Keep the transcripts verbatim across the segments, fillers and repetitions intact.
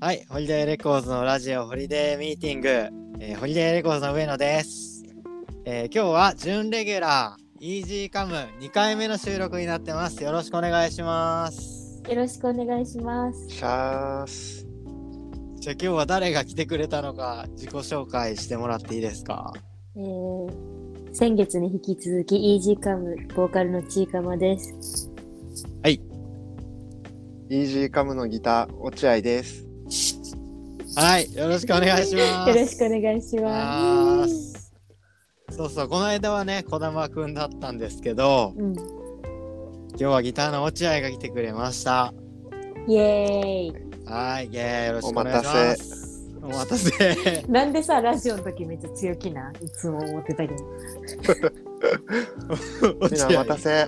はい、ホリデーレコーズのラジオホリデーミーティング、えー、ホリデーレコーズの上野です、えー、今日は準レギュラーイージーカムにかいめの収録になってます。よろしくお願いします。 よろしくお願いします。 シャース。 じゃあ今日は誰が来てくれたのか自己紹介してもらっていいですか？ えー、先月に引き続きイージーカムボーカルのちいかまです。 はい。 イージーカムのギター落合です。 はい、よろしくお願いします。 よろしくお願いします。 そうそう、この間はね、児玉くんだったんですけど、うん、今日はギターの落合が来てくれました。 イエーイ。 はい、イエーイ、よろしくお願いします。お待たせ。お待たせ。 なんでさ、ラジオの時めっちゃ強気な、いつも思ってたけど。 みんなお待たせ。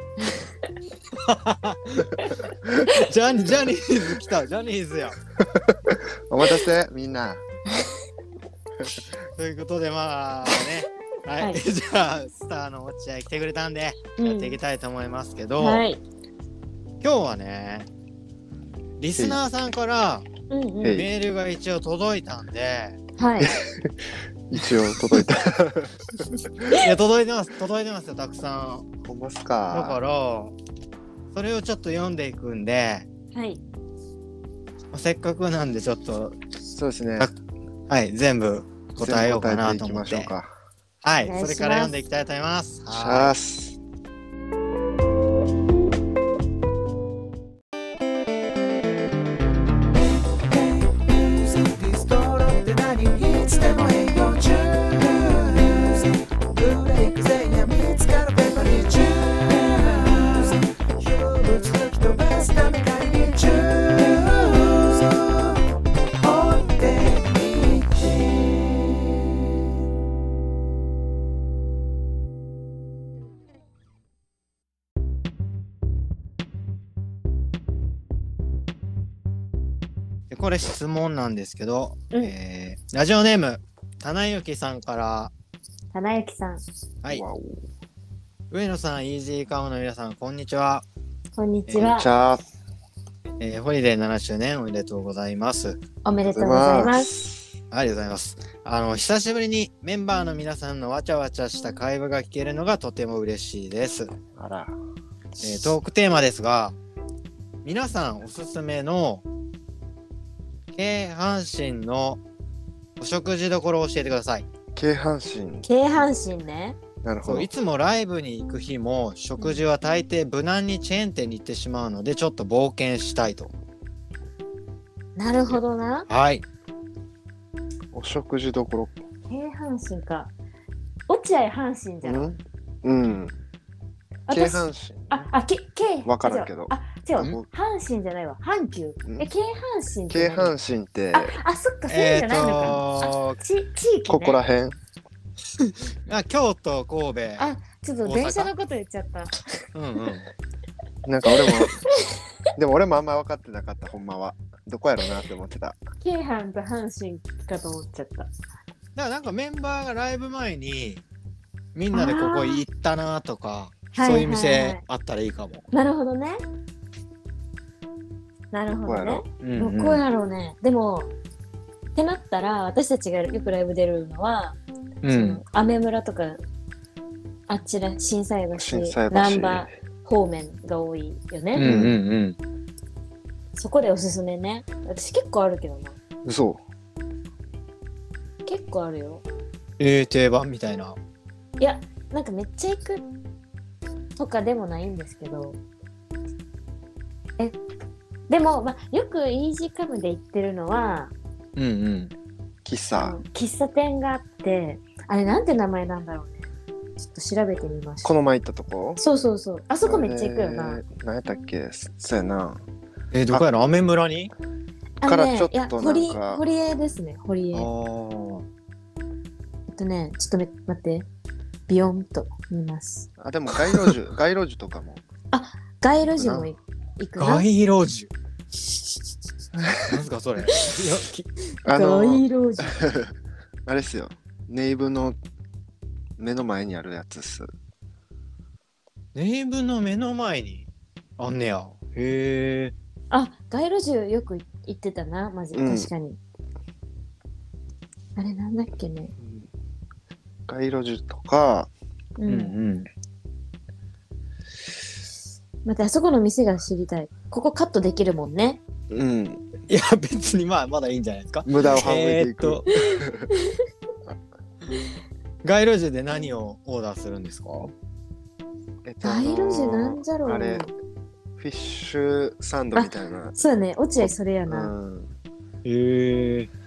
ジャニジャニーズ来た、ジャニーズや。 お待たせみんな。 ということでまあね、はい、はい、じゃあスターの落合来てくれたんで、うん、やっていきたいと思いますけど、はい、今日はねリスナーさんからメールが一応届いたんで、 はい。 一応届いた。 いや届いてます届いてますよ、たくさん。 ほんますか。 だからそれをちょっと読んでいくんで、 はい。 せっかくなんでちょっとそうですね。 はい、全部答えようかなと思って。はい、それから読んでいきたいと思います。 はい。 これ質問なんですけど、うん、えー、ラジオネーム棚幸さんから。 棚幸さん、 はい。上野さん、イージーカムの皆さん、こんにちは。 こんにちは。 えー、ホリデーななしゅうねんおめでとうございます。 おめでとうございます。 ありがとうございます。あの久しぶりにメンバーの皆さんのわちゃわちゃした会話が聞けるのがとても嬉しいです。 あら、 えー、トークテーマですが、皆さんおすすめの京阪神のお食事どころを教えてください。 京阪神。 京阪神ね。 なるほど。 いつもライブに行く日も食事は大抵無難にチェーン店に行ってしまうので、ちょっと冒険したいと。 なるほどな。 はい。 お食事どころ。 京阪神か。落合阪神じゃん。 うん。うん。京阪神。 あ、あ、け、け。 わからんけど。 あ、違う。阪神じゃないわ。阪急。え、京阪神って。 京阪神って。 あ、あ、そっか、そうじゃないのか。ち、地域ね。 ここら辺。 あ、京都、神戸。 あ、ちょっと電車のこと言っちゃった。 うんうん。 なんか俺も、でも俺もあんま分かってなかった、ほんまは。どこやろうなって思ってた。 京阪と阪神かと思っちゃった。だからなんかメンバーがライブ前にみんなでここ行ったなとか、そういう店あったらいいかも。 なるほどね。なるほどね。どこやろうね。でもってなったら私たちがよくライブ出るのは、うん、そのアメ村とかあちら心斎橋、難波方面が多いよね。 うんうんうん。 そこでおすすめね。私結構あるけどな。 嘘。 結構あるよ。 えー、定番みたいな。 いや、なんかめっちゃ行くとかでもないんですけど。え、でも、まあ、よくイージーカムで行ってるのは、 うんうん。 喫茶。 喫茶店があって、あれなんて名前なんだろうね。ちょっと調べてみました。 この前行ったとこ？ そうそうそう。あそこめっちゃ行くよな。えー、何やったっけ？そうやな。 えー、どこやろ？アメ村に？ あのね、 からちょっとなんか堀、堀江ですね。堀江。 あー。 えっとね、ちょっとめ待って。ビヨンと見ます。 あ、でも街路樹、街路樹とかも。 あ、街路樹も行くな。 街路樹。なんすかそれ。 あの街路樹。 あれっすよ。ネイブの目の前にあるやつっす。 ネイブの目の前にあんねや。へえ。 あ、街路樹よく言ってたな、マジ、 うん確かに。あれなんだっけね。 街路樹とか、 うん。 うんうんまたあそこの店が知りたい。ここカットできるもんね。 うん、 いや別にまあまだいいんじゃないですか。 無駄を省いていく。 えーっと街路樹で何をオーダーするんですか？ えっとあのー街路樹なんじゃろう。 あれフィッシュサンドみたいな。 そうやね、落合それやな。 うん、 へえ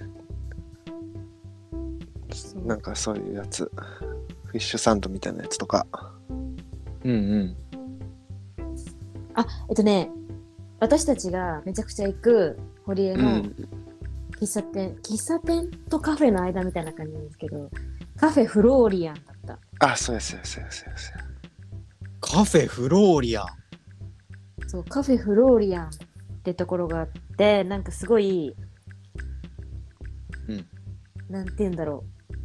そうなんかそういうやつ、フィッシュサンドみたいなやつとか。 うんうんあ、えっとね、私たちがめちゃくちゃ行く堀江のうん、 喫茶店、喫茶店とカフェの間みたいな感じなんですけど、カフェフローリアンだった。 あ、そうやそうやそうやそうやそうや。 カフェフローリアン。 そう、カフェフローリアンってところがあって、なんかすごい、 うん、 なんて言うんだろ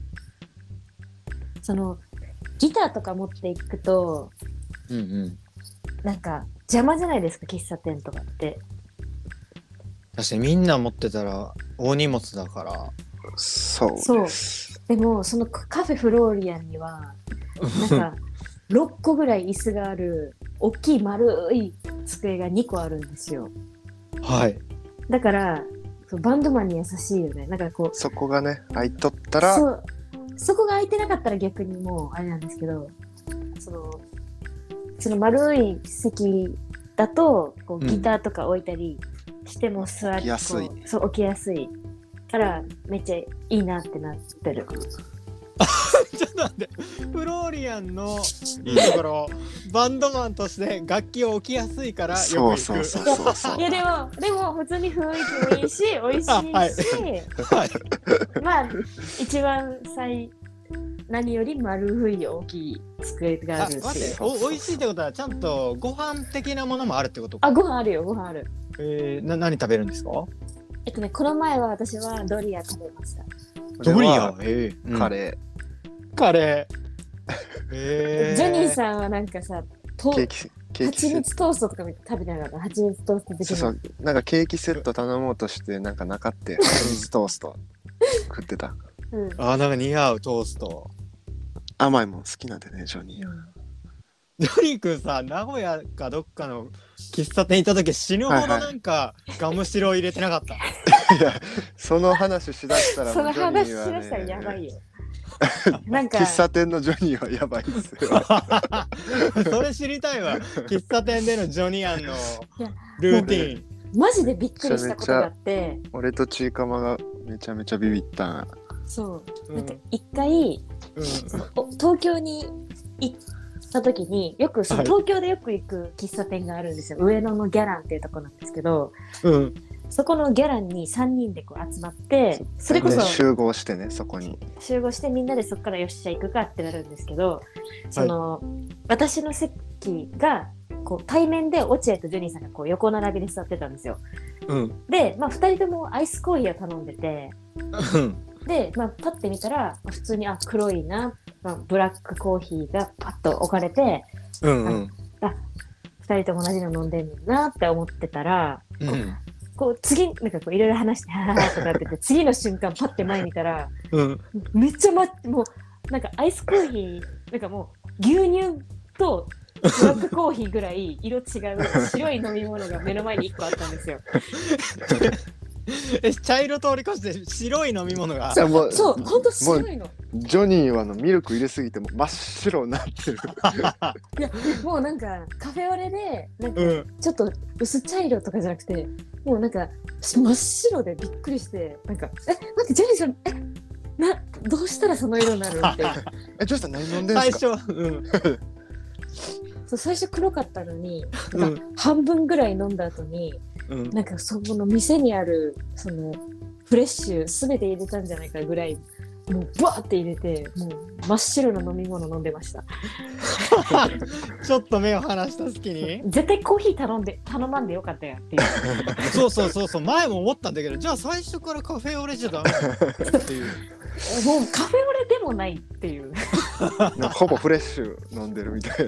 う。その、ギターとか持っていくと、 うんうんなんか邪魔じゃないですか、喫茶店とかって。 確かにみんな持ってたら大荷物だからそうです。 でも、そのカフェフローリアンには、なんか、ろっこぐらい椅子がある、大きい丸い机がにこあるんですよ。 はいだから、そうバンドマンに優しいよね。なんかこう、 そこがね空いとったら、 そう、そこが空いてなかったら逆にもうあれなんですけど、その、その丸い席だとこうギターとか置いたりしても座って、 置きやすいこうそう置きやすいからめっちゃいいなってなってる。 ちょっと待って、フローリアンのいいところバンドマンとして楽器を置きやすいからよくそう行く。 そうそうそうそう。 いやでもでも普通に雰囲気もいいし美味しいし、 はいまあ一番最何より丸い大きい机があるって待っていう。 お美味しいってことはちゃんとご飯的なものもあるってことか。 あ、ご飯あるよ、ご飯ある。 えー、な何食べるんですか？ えっとね、この前は私はドリア食べました。 ドリア、 ええー、 カレーカレーえー、 ジョニーさんはなんかさ、とー、ケーキケーキ蜂セット。 蜜トーストとか食べてなかった。蜂蜜トースト的な。 そうそう、なんかケーキセット頼もうとしてなんかなかって蜂蜜トースト食ってた。 うん。 あーなんか似合うトースト。 甘いもん好きなんでね、ジョニーは。 ジョニー君さ、名古屋かどっかの喫茶店行った時死ぬほどなんかガムシロ入れてなかった。 いや、その話しだしたらそもうジョの話しニーはね、 だしたらやばいよ。なんか喫茶店のジョニーはやばいっすよ。 それ知りたいわ。喫茶店でのジョニアンのいやルーティン。 マジでびっくりしたことがあって、 俺とチーカマがめちゃめちゃビビったん。 そう、 うんなんか一回、 うんそのお東京に行った時によくそのはい東京でよく行く喫茶店があるんですよ。上野のギャランっていうとこなんですけど、 うんそこのギャランにさんにんでこう集まって、それこそね集合してね、そこに。 集合してみんなでそこからよっしゃ行くかってなるんですけど、その、私の席がこう対面で落合とジョニーさんがこう横並びで座ってたんですよ。 うんで、まあ、ふたりともアイスコーヒーを頼んでて、 うんで、まあ、パッて見たら普通にあ黒いな、まあ、ブラックコーヒーがパッと置かれて、 うんうんふたりとも同じの飲んでんねんなって思ってたら、 うんこう次なんかこういろいろ話してはははとかってて次の瞬間パッて前見たらうんめっちゃ待ってもうなんかアイスコーヒーなんかもう牛乳とブラックコーヒーぐらい色違う白い飲み物が目の前にいっこあったんですよ。 え茶色通り越して白い飲み物が。 もうそうほんと白いの。 ジョニーはあのミルク入れすぎても真っ白になってる。 いやもうなんかカフェオレでなんかうんちょっと薄茶色とかじゃなくてもうなんか真っ白でびっくりしてなんかえ待ってジョニーさんえなどうしたらその色になるってえ、ジョニーさん何飲んでんすか？ 最初うんそう最初黒かったのに、 うんなんか半分ぐらい飲んだ後にうんなんかそこの店にあるそのフレッシュすべて入れたんじゃないかぐらいもうバーって入れてもう真っ白な飲み物飲んでました。 ちょっと目を離した隙に絶対コーヒー頼んで頼まんでよかったよっていう。 そうそうそうそう前も思ったんだけどじゃあ最初からカフェオレじゃダメなのっていうもうカフェオレでもないっていう。 なんかほぼフレッシュ飲んでるみたい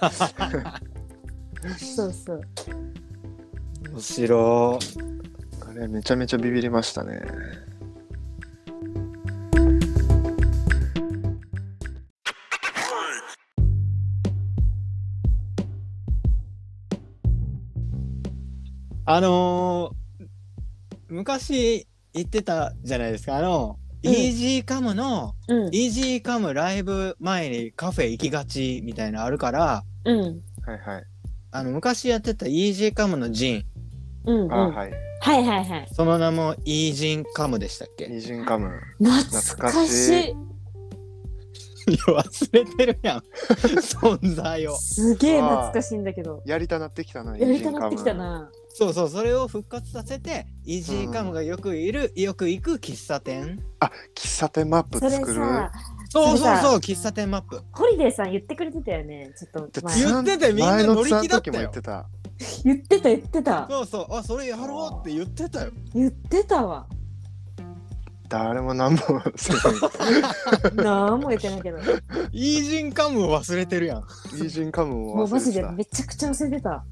な。 そうそう。 面白あれめちゃめちゃビビりましたね。 あのー、昔言ってたじゃないですか、あの、うん、イージーカムの、うん、イージーカムライブ前にカフェ行きがちみたいなのあるから、 うん、 はいはい。 あの昔やってたイージーカムのジン、 うんうん、 あ、はい、 はいはいはい。 その名もイージンカムでしたっけ？ イージンカム。 懐かしい。 いや忘れてるやん存在を。 すげえ懐かしいんだけど。 やりたなってきたな。 やりたなってきたな。 そうそう、それを復活させてイージーカムがよくいる、うん、よく行く喫茶店。 あ、喫茶店マップ作る。 それさ、 そうそうそう、喫茶店マップ。 ホリデーさん言ってくれてたよね。ちょっと前言っててみんな乗り気だったよ。 言ってた言ってた言ってた。 そうそう、あ、それやろうって言ってたよ。 言ってたわ。 誰も何も何も言ってないけど。 イージンカムを忘れてるやん。 イージンカムを忘れてた。 もうマジでめちゃくちゃ忘れてた。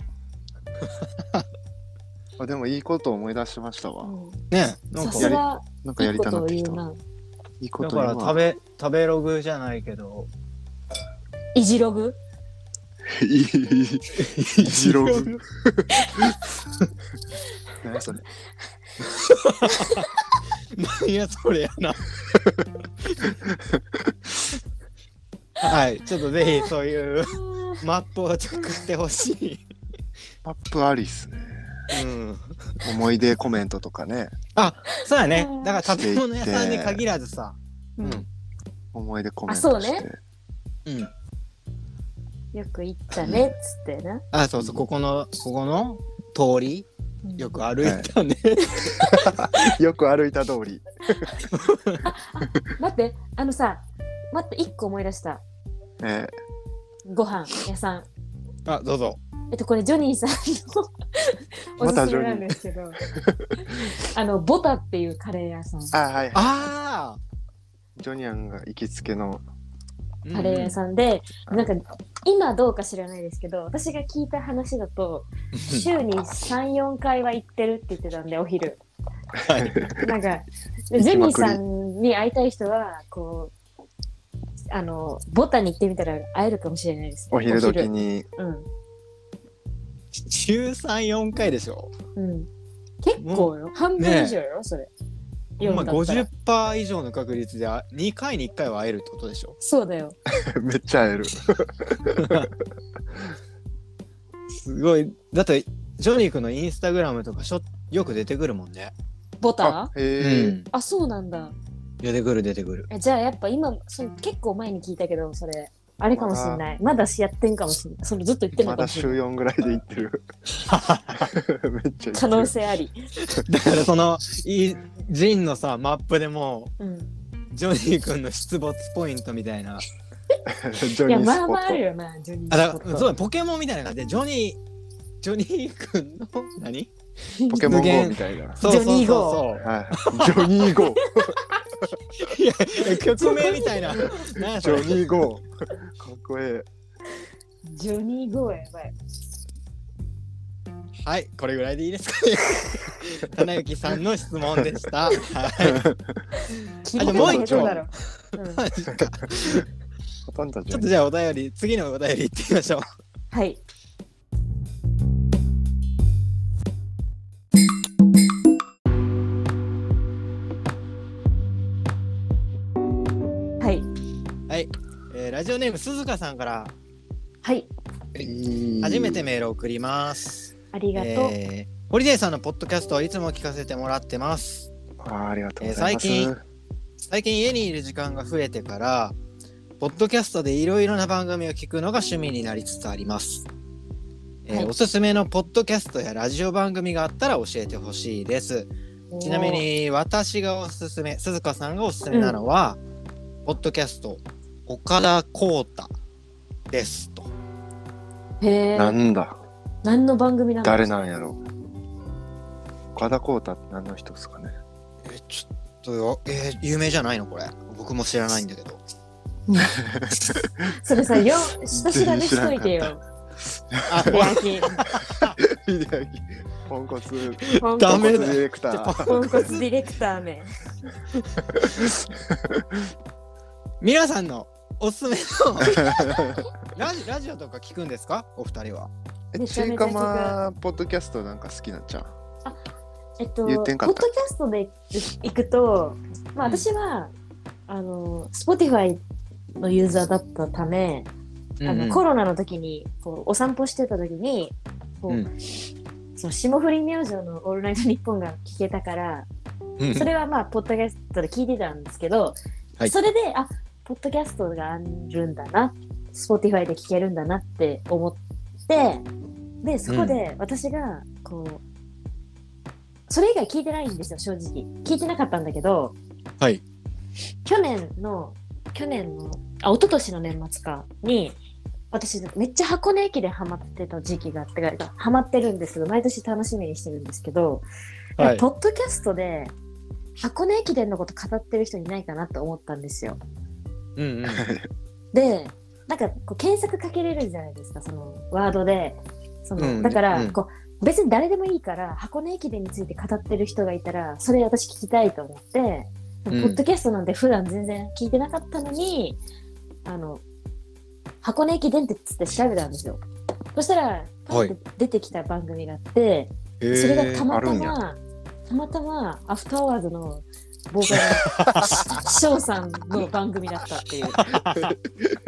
あ、でもいいこと思い出しましたわ。うん、 ね、 なんかやりなんかやりたなってきた。 いいことだから食べ食べログじゃないけど。 いじログ？ いじログ。何それ。 何やそれやな。はい、ちょっとぜひそういうマップを作ってほしい。 マップありっすね。 うん、 思い出コメントとかね。 あ、そうだね。だから建物屋さんに限らずさ、 うん、 思い出コメントして。 あ、そうね。 うん。 よく行ったねっつってな。 あ、そうそう、ここのここの通りよく歩いたね。 はい、よく歩いた通り。 あ、あ、待って、あのさ、待って一個思い出した。 えー、ご飯屋さん。 あ、どうぞ。 えっとこれジョニーさんのおすすめなんですけど、あのボタっていうカレー屋さん。 あ、はいはい。 ああ。 ジョニアンが行きつけのカレー屋さんで、うん、なんか今どうか知らないですけど、私が聞いた話だと週にさん、よんかいは行ってるって言ってたんで、お昼。 はい。 なんかジョニーさんに会いたい人はこうあのボタに行ってみたら会えるかもしれないです、ね。 お昼時に。 うん。 週さん、よんかいでしょ。 うん。結構よ。半分以上よ、ね、それ。 まあ、ごじゅっパーセント 以上の確率でにかいにいっかいは会えるってことでしょ。 そうだよ。 めっちゃ会える。 すごい。だってジョニー君のインスタグラムとかしょよく出てくるもんね。 ボタン？ へー、 うん、 あ、そうなんだ。 出てくる出てくる。 じゃあやっぱ今そ結構前に聞いたけど、それあれかもしれない。まだやってんかもしれない。それずっと言ってるのかもしれない。 まだ週よんぐらいで言ってる。めっちゃ可能性あり。 だからそのジンのさマップでも、 うん、 ジョニー君の出没ポイントみたいな。 いや、まあまああるよな、ジョニーあ、だからそうポケモンみたいな感じでジョニージョニー君の何？ ポケモン ゴー みたいな。 そうそうそうそう。 はい、ジョニー ゴー。 いや曲名みたいな。ジョニー ゴー。かっこええ。 ジョニー ゴーやばい。 はい、これぐらいでいいですかね。田之さんの質問でした。はい。 あ、じゃもう一個。 ちょっとじゃあお便り、次のお便りいってみましょう。 はい。はい。 はい、えー、ラジオネーム鈴鹿さんから。 はい。 初めてメールを送ります。 ありがとう。 えー、ホリデーさんのポッドキャストをいつも聞かせてもらってます。 あ, ありがとうございます。 えー、最近最近家にいる時間が増えてからポッドキャストでいろいろな番組を聞くのが趣味になりつつあります。えーはい、おすすめのポッドキャストやラジオ番組があったら教えてほしいです。ちなみに私がおすすめ、鈴鹿さんがおすすめなのは、うん、ポッドキャスト岡田浩太ですと。 へー、 なんだ、 何の番組なの？ 誰なんやろ。岡田浩太って何の人ですかね。 えちょっと、えー、有名じゃないのこれ。僕も知らないんだけど。 それさ、よ下調べしといてよ。あ、秀明。 秀明。 ポンコツダメだディレクターポンコツディレクター名皆さんのおすすめのラジラジオとか聞くんですかお二人は？ えちいかまポッドキャストなんか好きなんちゃう？ あえっと言ってんかったポッドキャストで行くと、まあ、私は、うん、あの Spotify のユーザーだったため、うんうん、あのコロナの時にこうお散歩してた時にこう、うん、その霜降り明星のオールナイトニッポンが聞けたから、うん、それはまあポッドキャストで聞いてたんですけど、はい、それであポッドキャストがあるんだな Spotify で聞けるんだなって思ってでそこで私がこう、うん、それ以外聞いてないんですよ正直聞いてなかったんだけど、 はい、 去年の去年のあ一昨年の年末かに私めっちゃ箱根駅伝ハマってた時期があってかハマってるんですけど毎年楽しみにしてるんですけど、はい、ポッドキャストで箱根駅伝のこと語ってる人いないかなと思ったんですよ。うんうん、でなんかこう検索かけれるじゃないですかそのワードでその、うん、だからこう、うん、別に誰でもいいから箱根駅伝について語ってる人がいたらそれ私聞きたいと思って、うん、ポッドキャストなんて普段全然聞いてなかったのにあの箱根駅伝ってつって調べたんですよ。そしたらパッて出てきた番組があって、はい、それがたまたまたまたまアフターアワーズのボーカル翔さんの番組だったっていう。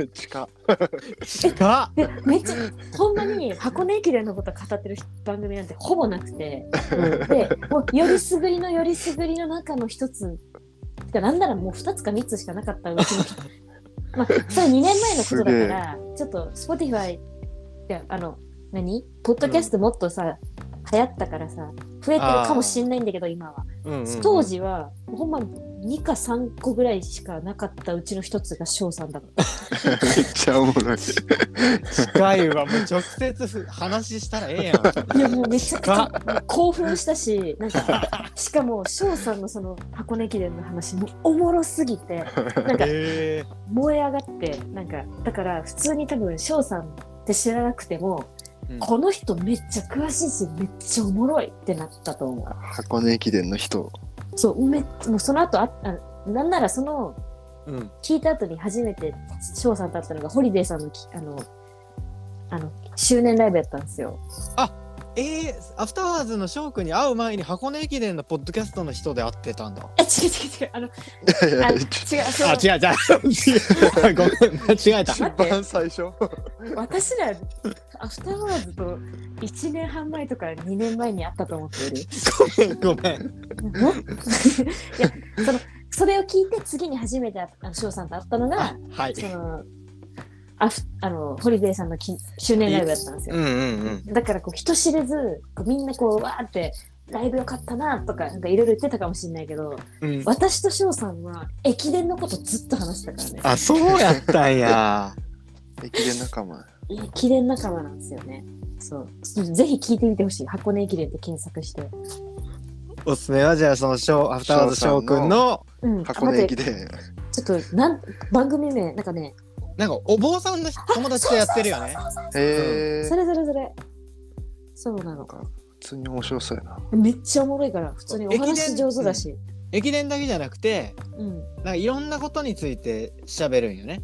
近近でめっちゃほんまに箱根駅伝のことを語ってる番組なんてほぼなくて、うん、でもうよりすぐりのよりすぐりの中の一つなんならもう二つか三つしかなかったうちのまあそれにねんまえのことだからちょっと Spotify いやあの何ポッドキャストもっとさ、うん流行ったからさ増えてるかもしんないんだけど今は、うんうんうん、当時はほんまにかさんこぐらいしかなかったうちの一つが翔さんだからめっちゃおもろい近いわもう直接話したらええやんいやもうめちゃくちゃ興奮したしなんかしかも翔さんのその箱根駅伝の話もおもろすぎてなんか燃え上がってなんかだから普通に多分翔さんって知らなくてもうん、この人めっちゃ詳しいしめっちゃおもろいってなったと思う。 箱根駅伝の人そうめもうその後ああなんならその、うん、聞いた後に初めて翔さんと会ったのがホリデーさんのあのあの周年ライブやったんですよ。 あえー、アフターワーズの翔くんに会う前に箱根駅伝のポッドキャストの人で会ってたんだ。 え違う違う違うあのあ違うあ違う違うごめん間違えた。 一番最初私らアフターワーズといちねんはんまえとかにねんまえに会ったと思ってる。ごめんごめん。 いやそのそれを聞いて次に初めてあの翔さんと会ったのが、はい、そのああのホリデーさんのき周年ライブだったんですよ、うんうんうん、だからこう人知れずこうみんなこうわーってライブよかったなとかなんかいろいろ言ってたかもしれないけど、うん、私と翔さんは駅伝のことずっと話したからね。 あそうやったんや駅伝仲間駅伝仲間なんですよね。そうぜひ聞いてみてほしい。箱根駅伝って検索しておすすめはじゃあそのショーアフターワーズ翔くんの箱根駅伝、 ちょっとなん番組名なんかねなんかお坊さんの友達とやってるよね。 へえ。 それそれそれ。そうなのか。 普通に面白そうやな。 めっちゃおもろいから普通にお話上手だし。 駅伝だけじゃなくて、うん、なんかいろんなことについて喋るんよね。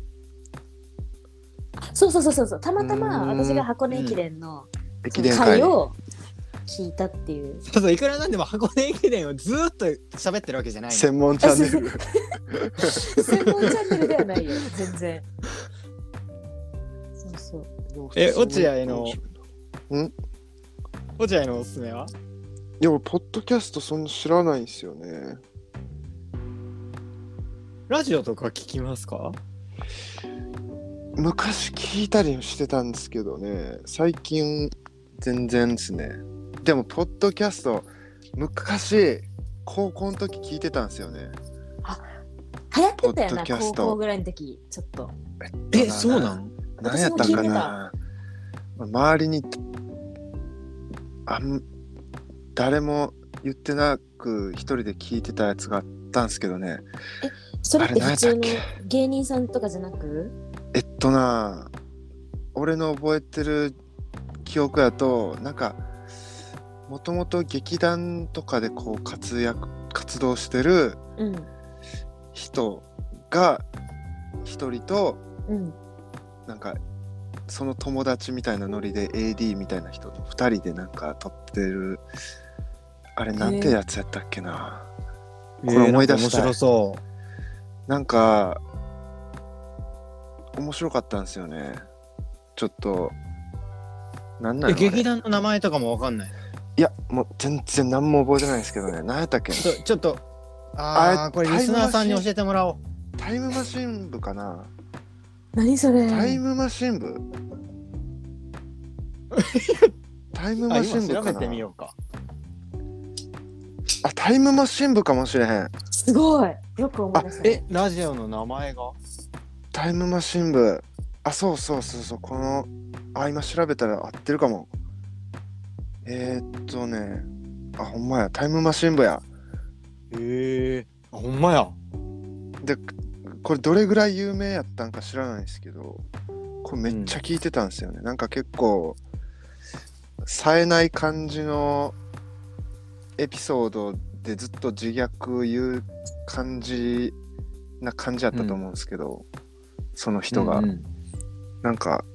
そうそうそうそう。たまたま私が箱根駅伝の会を聞いたっていう。 そうそういくらなんでも箱根駅伝をずっと喋ってるわけじゃないの。 専門チャンネル。 専門チャンネルではないよ全然。そうそう。 え落合のん落合のおすすめは？ いや俺ポッドキャストそんな知らないんですよね。 ラジオとか聞きますか？ 昔聞いたりしてたんですけどね最近全然ですね。でもポッドキャスト昔高校の時聞いてたんですよね。 あ流行ってたよな高校ぐらいの時ちょっと。 えそうなん？ 何やったんかな。周りにあん誰も言ってなく一人で聞いてたやつがあったんですけどね。 えそれって普通の芸人さんとかじゃなく？ えっとな俺の覚えてる記憶やとなんかもともと劇団とかでこう活躍活動してる人が一人と、うん、なんかその友達みたいなノリで エーディー みたいな人とふたりでなんか撮ってる、あれなんてやつやったっけな、えー、これ思い出した、えー、面白そう。なんか面白かったんですよね。ちょっとなんなの、 劇団の名前とかもわかんない。 いやもう全然何も覚えてないですけどね。何やったっけな。 ちょ、ちょっとああこれリスナーさんに教えてもらおう。 タイムマシン部かな。 何それ。 タイムマシン部タイムマシン部かな。 調べてみようか。 あ、タイムマシン部かもしれへん。 すごいよく思い出せ。 え、ラジオの名前がタイムマシン部。あ、そうそうそうそう、このあ今調べたら合ってるかも。えー、っとねあほんまや、タイムマシン部や。 へえー、あほんまや。 でこれどれぐらい有名やったんか知らないですけど、これめっちゃ聞いてたんですよね、うん、なんか結構冴えない感じのエピソードでずっと自虐言う感じな感じやったと思うんですけど、うん、その人が、うんうん、なんか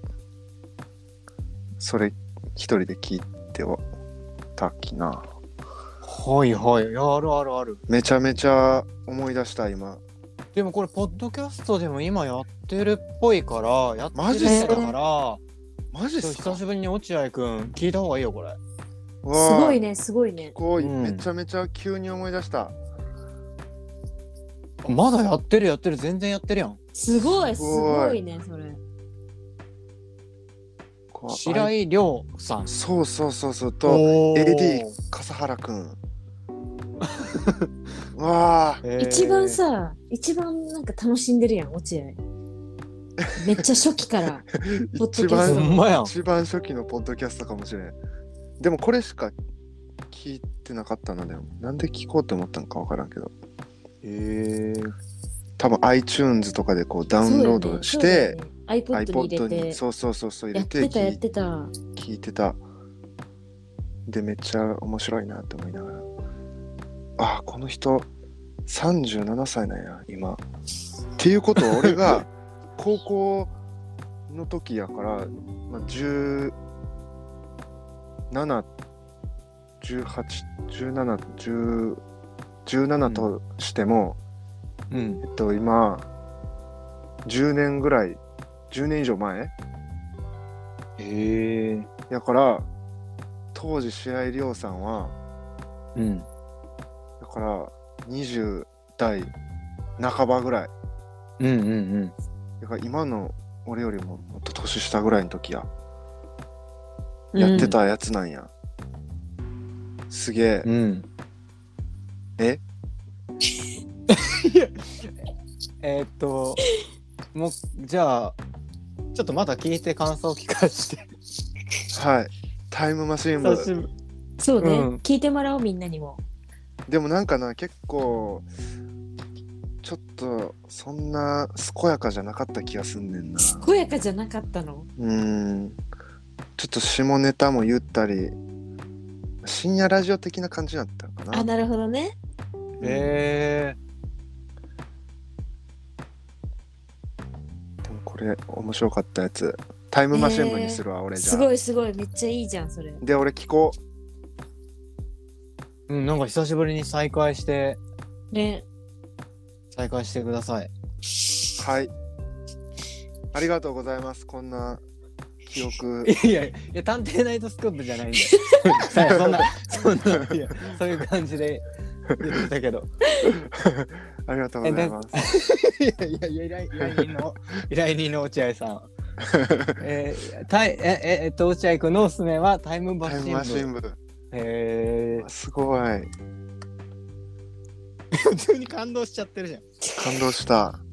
それ一人で聞いてたきな。 はいはい、あるあるある。 めちゃめちゃ思い出した今。 でもこれポッドキャストでも今やってるっぽいからやってる人だからマジっすか。 久しぶりに落合くん聞いた方がいいよこれ。 すごいねすごいね。 すごい、うん、めちゃめちゃ急に思い出した。 まだやってるやってる全然やってるやん。 すごいすごいねそれ。 白井亮さん。 そうそうそうそうと エーディー 笠原くん。わあ、 えー、一番さ一番なんか楽しんでるやん落合。めっちゃ初期からポッドキャスト一番一番初期のポッドキャストかもしれん。でもこれしか聞いてなかったな。でもなんで聞こうと思ったのか分からんけど。へえ。多分 iTunes とかでこうダウンロードして、 ねね、iPod に入れてそうそうそうそう入れてやってたやってた聞いてた。でめっちゃ面白いなって思いながら、あこの人さんじゅうななさいなんや今っていうことは俺が高校の時やから、まあ、じゅうなな、じゅうはち、じゅうなな、じゅう、じゅうななとしても、うん、えっと今じゅうねんぐらいじゅうねん以上前。へえ。だから当時白井亮さんは、うん、だからにじゅう代半ばぐらい。うんうんうん。だから今の俺よりももっと年下ぐらいの時や、うん、やってたやつなんや。すげえ。うん。え？ いやえー、っともうじゃあちょっとまだ聞いて感想を聞かせて。 はい。タイムマシン部。 そうね、うん、聞いてもらおうみんなにも。 でもなんかな結構ちょっとそんな健やかじゃなかった気がすんねんな。 健やかじゃなかったの？ うーん。ちょっと下ネタも言ったり深夜ラジオ的な感じだったのかな。 あ、なるほどね。 へえー。でもこれ面白かったやつタイムマシン部にするわ、えー、俺じゃあ。 すごいすごいめっちゃいいじゃんそれ。 で俺聞こう。 うん、なんか久しぶりに再会してね。 再会してください。 はい。ありがとうございます。こんな記憶。 いやいや探偵ナイトスクープじゃないんで。そんなそんないやそういう感じで言ってたけど。 ありがとうございます。 いやいやいや依頼依頼人の依頼人の落合さん。えー、たいえええっと落合君のおすすめはタイムマシン部。タイムマシン部。へえ。 すごい。 普通に感動しちゃってるじゃん。 感動した。